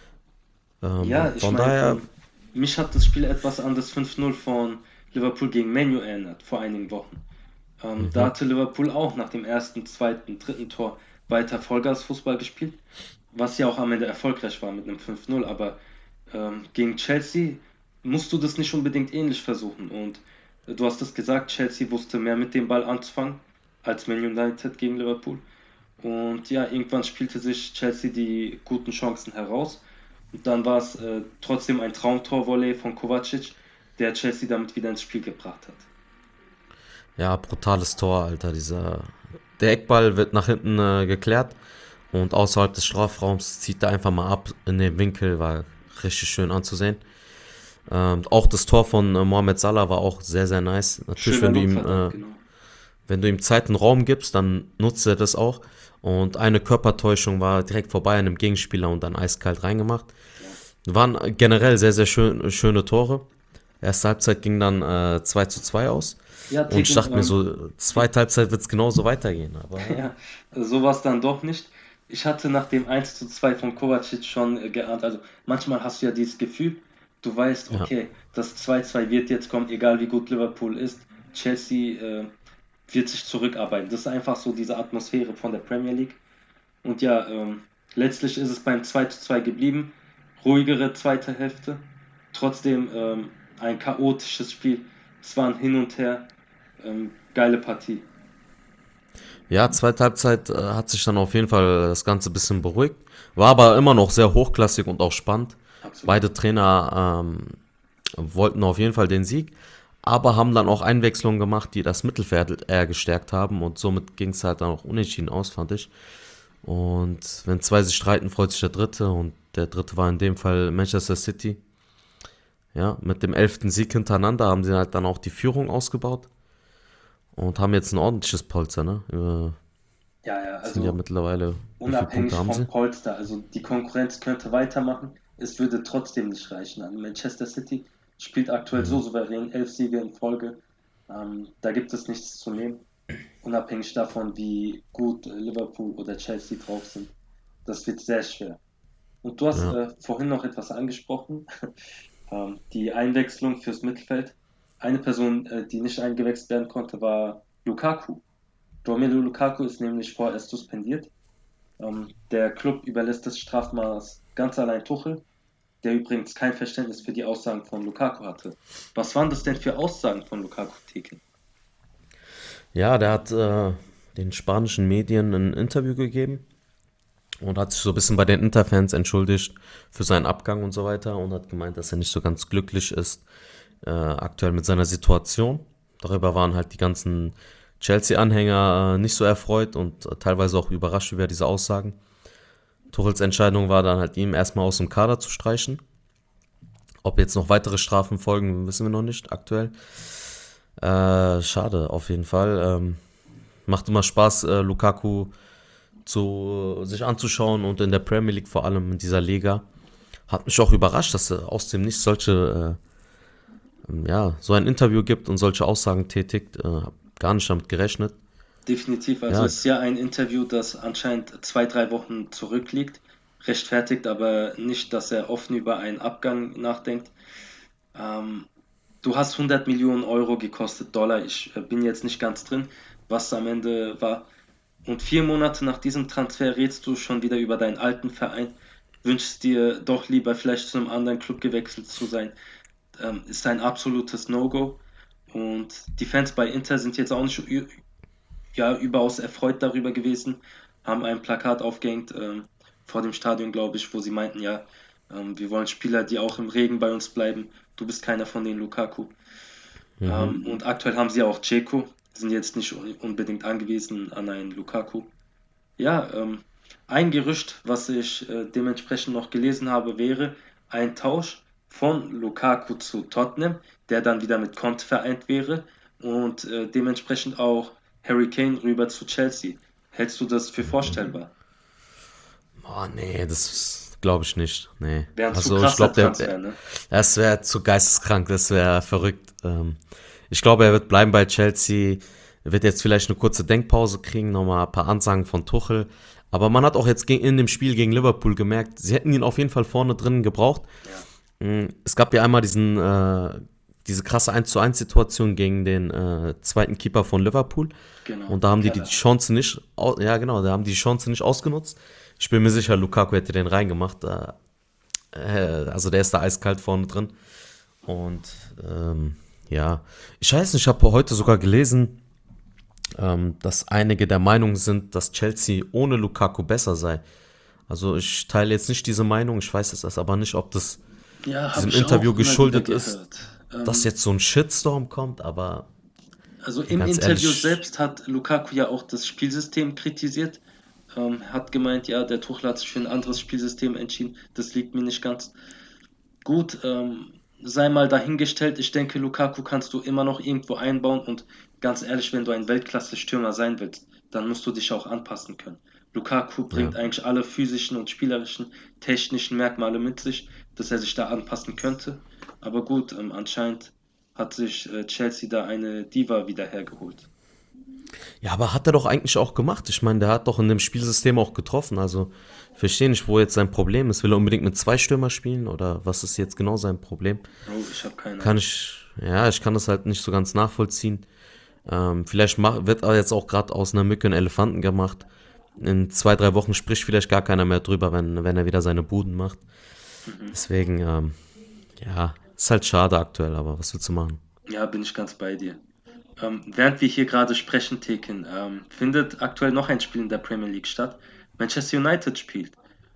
Ja, ich Von meine, daher, mich hat das Spiel etwas an das 5:0 von Liverpool gegen Man U erinnert, vor einigen Wochen. Da mhm, hatte Liverpool auch nach dem ersten, zweiten, dritten Tor weiter Vollgas-Fußball gespielt, was ja auch am Ende erfolgreich war mit einem 5:0. Aber gegen Chelsea musst du das nicht unbedingt ähnlich versuchen. Und du hast es gesagt, Chelsea wusste mehr mit dem Ball anzufangen als Man United gegen Liverpool. Und ja, irgendwann spielte sich Chelsea die guten Chancen heraus. Und dann war es trotzdem ein Traumtorvolley von Kovacic, der Chelsea damit wieder ins Spiel gebracht hat. Ja, brutales Tor, Alter. Der Eckball wird nach hinten geklärt und außerhalb des Strafraums zieht er einfach mal ab in den Winkel, war richtig schön anzusehen. Auch das Tor von Mohamed Salah war auch sehr, sehr nice. Natürlich, Schöner Notfall, genau. wenn du ihm Zeit und Raum gibst, dann nutzt er das auch. Und eine Körpertäuschung war direkt vorbei an einem Gegenspieler und dann eiskalt reingemacht. Waren generell sehr, sehr schöne Tore. Erste Halbzeit ging dann 2:2 aus. Ja, Und ich dachte mir so, zweite Halbzeit wird es genauso weitergehen. Aber ja, so war es dann doch nicht. Ich hatte nach dem 1:2 von Kovacic schon geahnt. Also manchmal hast du ja dieses Gefühl, du weißt, ja, okay, das 2:2 wird jetzt kommen, egal wie gut Liverpool ist. Chelsea wird sich zurückarbeiten. Das ist einfach so diese Atmosphäre von der Premier League. Und ja, letztlich ist es beim 2:2 geblieben. Ruhigere zweite Hälfte. Trotzdem ein chaotisches Spiel. Es war ein Hin und Her. Geile Partie. ja, zweite Halbzeit hat sich dann auf jeden Fall das Ganze ein bisschen beruhigt. War aber immer noch sehr hochklassig und auch spannend. Absolut. Beide Trainer wollten auf jeden Fall den Sieg, aber haben dann auch Einwechslungen gemacht, die das Mittelfeld eher gestärkt haben und somit ging es halt dann auch unentschieden aus, fand ich. Und wenn zwei sich streiten, freut sich der Dritte und der Dritte war in dem Fall Manchester City. Ja, mit dem 11. Sieg hintereinander haben sie halt dann auch die Führung ausgebaut und haben jetzt ein ordentliches Polster, ne? Ja, ja, Sind ja also mittlerweile, wie viele unabhängig Punkte haben vom sie? Polster. Also die Konkurrenz könnte weitermachen. Es würde trotzdem nicht reichen. Also Manchester City spielt aktuell so Mhm. souverän, 11 Siege in Folge. Da gibt es nichts zu nehmen. Unabhängig davon, wie gut Liverpool oder Chelsea drauf sind. Das wird sehr schwer. Und du hast Ja. vorhin noch etwas angesprochen, die Einwechslung fürs Mittelfeld. Eine Person, die nicht eingewechselt werden konnte, war Lukaku. Romelu Lukaku ist nämlich vorerst suspendiert. Der Club überlässt das Strafmaß ganz allein Tuchel, der übrigens kein Verständnis für die Aussagen von Lukaku hatte. Was waren das denn für Aussagen von Lukaku, Tekin? Ja, der hat den spanischen Medien ein Interview gegeben und hat sich so ein bisschen bei den Interfans entschuldigt für seinen Abgang und so weiter und hat gemeint, dass er nicht so ganz glücklich ist aktuell mit seiner Situation. Darüber waren halt die ganzen Chelsea-Anhänger nicht so erfreut und teilweise auch überrascht über diese Aussagen. Tuchels Entscheidung war dann halt, ihm erstmal aus dem Kader zu streichen. Ob jetzt noch weitere Strafen folgen, wissen wir noch nicht aktuell. Schade, auf jeden Fall. Macht immer Spaß, Lukaku sich anzuschauen und in der Premier League, vor allem in dieser Liga. Hat mich auch überrascht, dass er aus dem Nichts so ein Interview gibt und solche Aussagen tätigt. Hab gar nicht damit gerechnet. Definitiv, also Ja, es ist ja ein Interview, das anscheinend 2, 3 Wochen zurückliegt, rechtfertigt aber nicht, dass er offen über einen Abgang nachdenkt. Ähm, Du hast 100 Millionen Euro gekostet, Dollar, ich bin jetzt nicht ganz drin, was am Ende war. Und 4 Monate nach diesem Transfer redest du schon wieder über deinen alten Verein, wünschst dir doch lieber vielleicht zu einem anderen Club gewechselt zu sein. Ist ein absolutes No-Go. Und die Fans bei Inter sind jetzt auch nicht ja, überaus erfreut darüber gewesen, haben ein Plakat aufgehängt vor dem Stadion, glaube ich, wo sie meinten, ja, wir wollen Spieler, die auch im Regen bei uns bleiben. Du bist keiner von den Lukaku. mhm. Und aktuell haben sie auch Dzeko, sind jetzt nicht unbedingt angewiesen an einen Lukaku. Ja, ein Gerücht, was ich dementsprechend noch gelesen habe, wäre ein Tausch von Lukaku zu Tottenham, der dann wieder mit Conte vereint wäre und dementsprechend auch Harry Kane rüber zu Chelsea. Hältst du das für vorstellbar? Oh, nee, das glaube ich nicht. Nee. Wäre ein zu Also ich krasser glaube, Transfer, ne? das wäre zu geisteskrank, das wäre verrückt. Ich glaube, er wird bleiben bei Chelsea, wird jetzt vielleicht eine kurze Denkpause kriegen, nochmal ein paar Ansagen von Tuchel. Aber man hat auch jetzt in dem Spiel gegen Liverpool gemerkt, sie hätten ihn auf jeden Fall vorne drin gebraucht. Ja, Es gab ja einmal diese krasse 1:1 Situation gegen den zweiten Keeper von Liverpool. genau. Und da haben die Keller. Chance nicht, ja genau, da haben die Chance nicht ausgenutzt. Ich bin mir sicher, Lukaku hätte den reingemacht. Also der ist da eiskalt vorne drin. Und ja, ich weiß nicht, ich habe heute sogar gelesen, dass einige der Meinung sind, dass Chelsea ohne Lukaku besser sei. Also ich teile jetzt nicht diese Meinung, ich weiß es aber nicht, ob das Ja, habe diesem ich Interview auch immer wieder geschuldet ist, gehört. dass jetzt so ein Shitstorm kommt, aber Also im ganz Interview ehrlich, selbst hat Lukaku ja auch das Spielsystem kritisiert. Hat gemeint, ja, der Tuchel hat sich für ein anderes Spielsystem entschieden. Das liegt mir nicht ganz. Gut, sei mal dahingestellt. Ich denke, Lukaku kannst du immer noch irgendwo einbauen und ganz ehrlich, wenn du ein Weltklasse-Stürmer sein willst, dann musst du dich auch anpassen können. Lukaku ja. bringt eigentlich alle physischen und spielerischen, technischen Merkmale mit sich, dass er sich da anpassen könnte. Aber gut, anscheinend hat sich Chelsea da eine Diva wieder hergeholt. Ja, aber hat er doch eigentlich auch gemacht. Ich meine, der hat doch in dem Spielsystem auch getroffen. Also, verstehe nicht, wo jetzt sein Problem ist. Will er unbedingt mit zwei Stürmer spielen oder was ist jetzt genau sein Problem? Oh, ich habe keine Kann Ahnung. ich, ja, ich kann das halt nicht so ganz nachvollziehen. Vielleicht wird er jetzt auch gerade aus einer Mücke einen Elefanten gemacht. In 2, 3 Wochen spricht vielleicht gar keiner mehr drüber, wenn er wieder seine Buden macht. Mhm. Deswegen, ja, ist halt schade aktuell, aber was willst du machen? Ja, bin ich ganz bei dir. Während wir hier gerade sprechen, Tekin, findet aktuell noch ein Spiel in der Premier League statt. Manchester United spielt.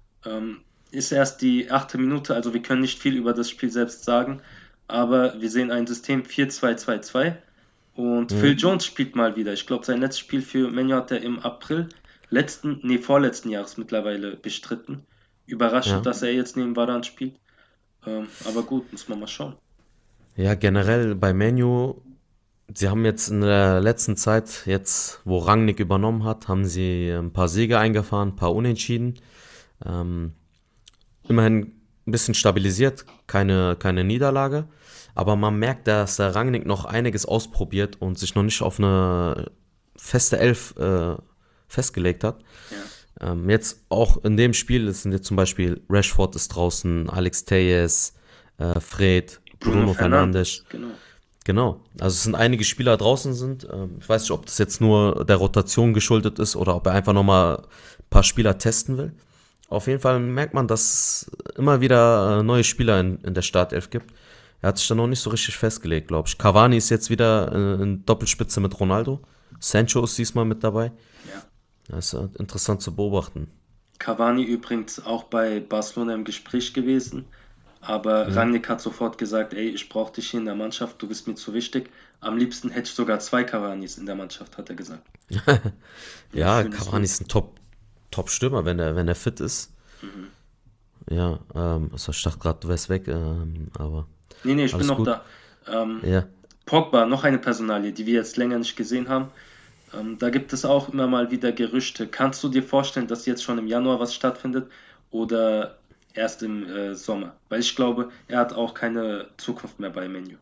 Ist erst die 8. Minute, also wir können nicht viel über das Spiel selbst sagen, aber wir sehen ein System 4-2-2-2 und Phil Mhm. Jones spielt mal wieder. Ich glaube, sein letztes Spiel für Man U hat er im April vorletzten Jahres mittlerweile bestritten. Überraschend, Ja. dass er jetzt neben Varane spielt. Aber gut, muss man mal schauen. Ja, generell bei Menu, sie haben jetzt in der letzten Zeit, jetzt wo Rangnick übernommen hat, haben sie ein paar Siege eingefahren, ein paar Unentschieden. Ähm, immerhin ein bisschen stabilisiert, keine Niederlage. Aber man merkt, dass der Rangnick noch einiges ausprobiert und sich noch nicht auf eine feste Elf festgelegt hat. Ja, Jetzt auch in dem Spiel sind jetzt zum Beispiel Rashford ist draußen, Alex Telles, Fred, Bruno Bruno Fernandes. Fernandes, genau. Genau. Also es sind einige Spieler draußen sind. Ich weiß nicht, ob das jetzt nur der Rotation geschuldet ist oder ob er einfach nochmal ein paar Spieler testen will. Auf jeden Fall merkt man, dass es immer wieder neue Spieler in der Startelf gibt. Er hat sich da noch nicht so richtig festgelegt, glaube ich. Cavani ist jetzt wieder in Doppelspitze mit Ronaldo. Sancho ist diesmal mit dabei. Ja. Das ist interessant zu beobachten. Cavani übrigens auch bei Barcelona im Gespräch gewesen, aber Mhm. Rangnick hat sofort gesagt, ey, ich brauche dich hier in der Mannschaft, du bist mir zu wichtig. Am liebsten hätte ich sogar zwei Cavanis in der Mannschaft, hat er gesagt. Ja, Ja, schönes Cavani Lob. ist ein Top-Stürmer, wenn er fit ist. Mhm. Ja, also ich dachte gerade, du wärst weg, aber Nee, ich bin alles noch gut. da. Ähm, Ja. Pogba, noch eine Personalie, die wir jetzt länger nicht gesehen haben. Da gibt es auch immer mal wieder Gerüchte. Kannst du dir vorstellen, dass jetzt schon im Januar was stattfindet oder erst im Sommer? Weil ich glaube, er hat auch keine Zukunft mehr bei Man U.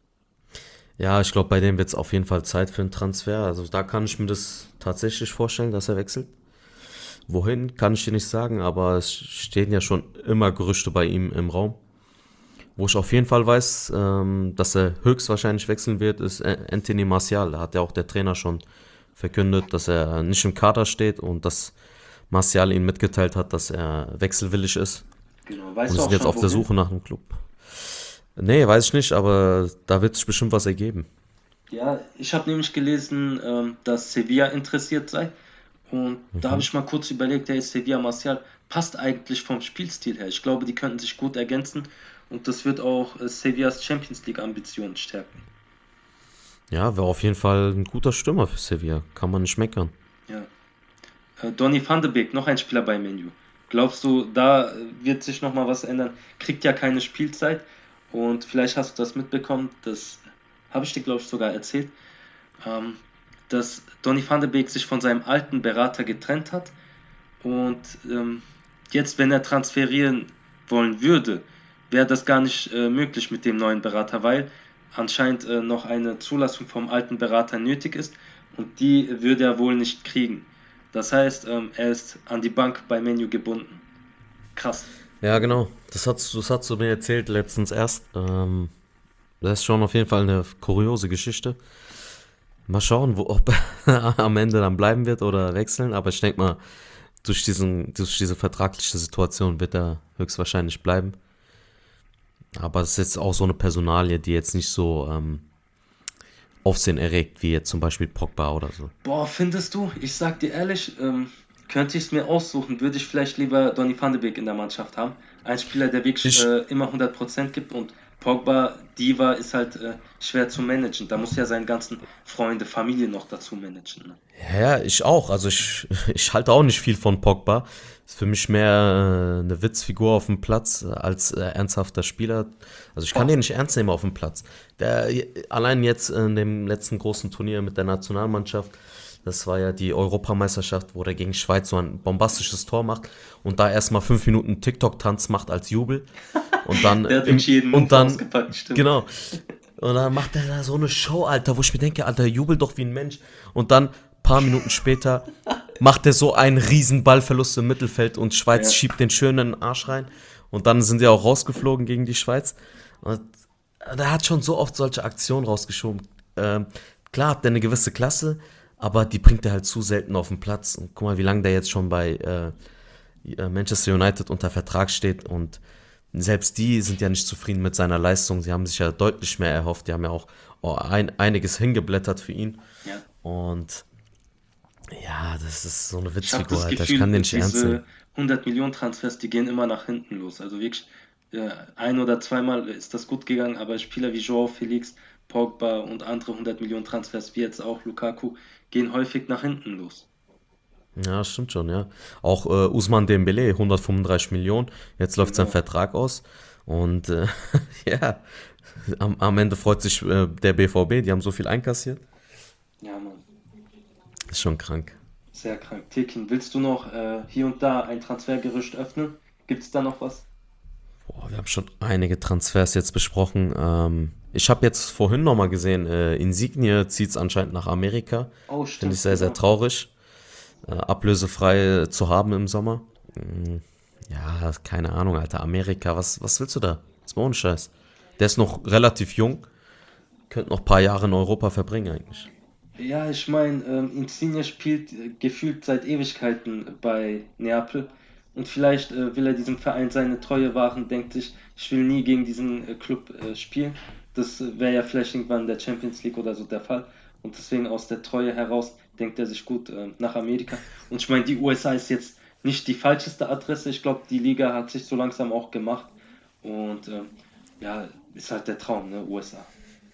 Ja, ich glaube, bei dem wird es auf jeden Fall Zeit für einen Transfer. Also da kann ich mir das tatsächlich vorstellen, dass er wechselt. Wohin, kann ich dir nicht sagen, aber es stehen ja schon immer Gerüchte bei ihm im Raum. Wo ich auf jeden Fall weiß, dass er höchstwahrscheinlich wechseln wird, ist Anthony Martial. Da hat ja auch der Trainer schon verkündet, dass er nicht im Kader steht und dass Martial ihm mitgeteilt hat, dass er wechselwillig ist. Genau. Und Weißt sie du auch sind jetzt schon auf der wohin? Suche nach einem Club. Nee, weiß ich nicht, aber da wird sich bestimmt was ergeben. Ja, ich habe nämlich gelesen, dass Sevilla interessiert sei. Und da habe Mhm. ich mal kurz überlegt, hey, Sevilla Martial passt eigentlich vom Spielstil her. Ich glaube, die könnten sich gut ergänzen und das wird auch Sevillas Champions League Ambitionen stärken. Ja, wäre auf jeden Fall ein guter Stürmer für Sevilla. Kann man nicht meckern. Ja. Donny van de Beek, noch ein Spieler bei Man U. Glaubst du, da wird sich nochmal was ändern? Kriegt ja keine Spielzeit und vielleicht hast du das mitbekommen, das habe ich dir, glaube ich, sogar erzählt, ähm, dass Donny van de Beek sich von seinem alten Berater getrennt hat und jetzt, wenn er transferieren wollen würde, wäre das gar nicht möglich mit dem neuen Berater, weil anscheinend noch eine Zulassung vom alten Berater nötig ist und die würde er wohl nicht kriegen. Das heißt, er ist an die Bank bei Man U gebunden. Krass. Ja, genau. Das hast du mir erzählt letztens erst. Das ist schon auf jeden Fall eine kuriose Geschichte. Mal schauen, ob er am Ende dann bleiben wird oder wechseln. Aber ich denke mal, durch diese vertragliche Situation wird er höchstwahrscheinlich bleiben. Aber es ist jetzt auch so eine Personalie, die jetzt nicht so Aufsehen erregt, wie jetzt zum Beispiel Pogba oder so. Boah, findest du? Ich sag dir ehrlich, könnte ich es mir aussuchen, würde ich vielleicht lieber Donny van de Beek in der Mannschaft haben. Ein Spieler, der wirklich Ich, immer 100% gibt, und Pogba, Diva, ist halt schwer zu managen. Da muss ja seine ganzen Freunde, Familie noch dazu managen. Ne? ja, ich auch. Also ich halte auch nicht viel von Pogba. Ist für mich mehr eine Witzfigur auf dem Platz als ernsthafter Spieler. Also ich kann Boah, den nicht ernst nehmen auf dem Platz. Der allein jetzt in dem letzten großen Turnier mit der Nationalmannschaft, das war ja die Europameisterschaft, wo der gegen Schweiz so ein bombastisches Tor macht und da erstmal 5 Minuten TikTok-Tanz macht als Jubel und dann der hat wirklich jeden und Move dann ausgepackt, stimmt. genau. Und dann macht er da so eine Show, Alter, wo ich mir denke, Alter, jubel doch wie ein Mensch. Und dann, paar Minuten später, macht er so einen riesen Ballverlust im Mittelfeld und Schweiz Ja, schiebt den schön in den Arsch rein. Und dann sind sie auch rausgeflogen gegen die Schweiz. Und der hat schon so oft solche Aktionen rausgeschoben. Klar hat der eine gewisse Klasse, aber die bringt er halt zu selten auf den Platz. Und guck mal, wie lange der jetzt schon bei Manchester United unter Vertrag steht und selbst die sind ja nicht zufrieden mit seiner Leistung. Sie haben sich ja deutlich mehr erhofft. Die haben ja auch einiges hingeblättert für ihn. ja. Und ja, das ist so eine Ich habe Witzfigur, das Alter. Ich kann Gefühl, den nicht ernst nehmen. diese 100 Millionen Transfers, die gehen immer nach hinten los. Also wirklich, ein oder zweimal ist das gut gegangen, aber Spieler wie Joao Felix, Pogba und andere 100 Millionen Transfers, wie jetzt auch Lukaku, gehen häufig nach hinten los. Ja, stimmt schon, ja. Auch Ousmane Dembélé, 135 Millionen. Jetzt läuft sein Genau. Vertrag aus. Und ja, am Ende freut sich der BVB. Die haben so viel einkassiert. Ja, Mann, Ist schon krank. sehr krank. Tekin, willst du noch hier und da ein Transfergerücht öffnen? Gibt es da noch was? Boah, wir haben schon einige Transfers jetzt besprochen. Ich habe jetzt vorhin nochmal gesehen, Insigne zieht es anscheinend nach Amerika. Oh, Finde ich stimmt, sehr, sehr genau. traurig. Ablösefrei zu haben im Sommer. Ja, keine Ahnung, Alter. Amerika, was willst du da? Das war ohne Scheiß. Der ist noch relativ jung, könnte noch ein paar Jahre in Europa verbringen eigentlich. Ja, ich meine, Insigne spielt gefühlt seit Ewigkeiten bei Neapel, und vielleicht will er diesem Verein seine Treue wahren, denkt sich, ich will nie gegen diesen Club spielen. Das wäre ja vielleicht irgendwann in der Champions League oder so der Fall, und deswegen aus der Treue heraus denkt er sich, gut, nach Amerika. Und ich meine, die USA ist jetzt nicht die falscheste Adresse. Ich glaube, die Liga hat sich so langsam auch gemacht, und ja, ist halt der Traum, ne, USA.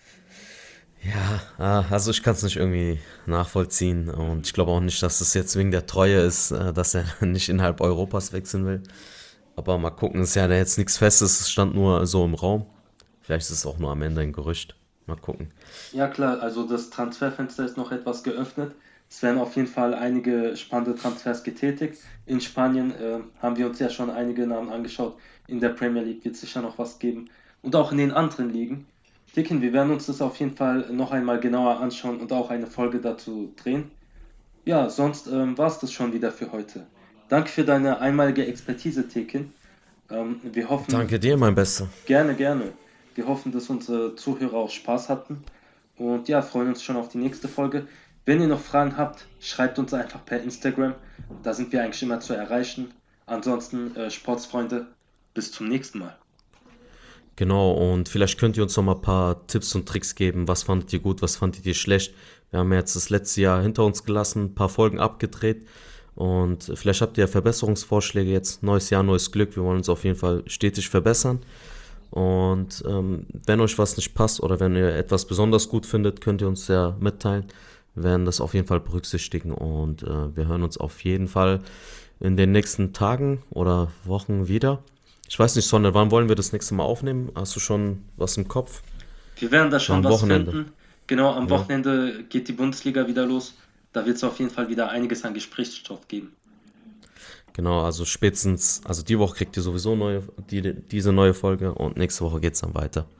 Ja, also ich kann es nicht irgendwie nachvollziehen und ich glaube auch nicht, dass es jetzt wegen der Treue ist, dass er nicht innerhalb Europas wechseln will. Aber mal gucken, ist ja jetzt nichts Festes, es stand nur so im Raum. Vielleicht ist es auch nur am Ende ein Gerücht. Mal gucken. Ja klar, also das Transferfenster ist noch etwas geöffnet. Es werden auf jeden Fall einige spannende Transfers getätigt. In Spanien haben wir uns ja schon einige Namen angeschaut. In der Premier League wird es sicher noch was geben. Und auch in den anderen Ligen. Dicken, wir werden uns das auf jeden Fall noch einmal genauer anschauen und auch eine Folge dazu drehen. Ja, sonst war es das schon wieder für heute. Danke für deine einmalige Expertise, Tekin. Wir hoffen, Danke dir, mein Bester. gerne, gerne. Wir hoffen, dass unsere Zuhörer auch Spaß hatten. Und ja, freuen uns schon auf die nächste Folge. Wenn ihr noch Fragen habt, schreibt uns einfach per Instagram. Da sind wir eigentlich immer zu erreichen. Ansonsten, Sportsfreunde, bis zum nächsten Mal. Genau, und vielleicht könnt ihr uns noch mal ein paar Tipps und Tricks geben. Was fandet ihr gut, was fandet ihr schlecht? Wir haben jetzt das letzte Jahr hinter uns gelassen, ein paar Folgen abgedreht. Und vielleicht habt ihr Verbesserungsvorschläge jetzt. Neues Jahr, neues Glück. Wir wollen uns auf jeden Fall stetig verbessern. Und wenn euch was nicht passt oder wenn ihr etwas besonders gut findet, könnt ihr uns ja mitteilen. Wir werden das auf jeden Fall berücksichtigen und wir hören uns auf jeden Fall in den nächsten Tagen oder Wochen wieder. Ich weiß nicht, Sonne, wann wollen wir das nächste Mal aufnehmen? Hast du schon was im Kopf? Wir werden da So schon am was Wochenende. finden. Genau, am Ja, Wochenende geht die Bundesliga wieder los. Da wird es auf jeden Fall wieder einiges an Gesprächsstoff geben. genau, also die Woche kriegt ihr sowieso diese neue Folge und nächste Woche geht's dann weiter.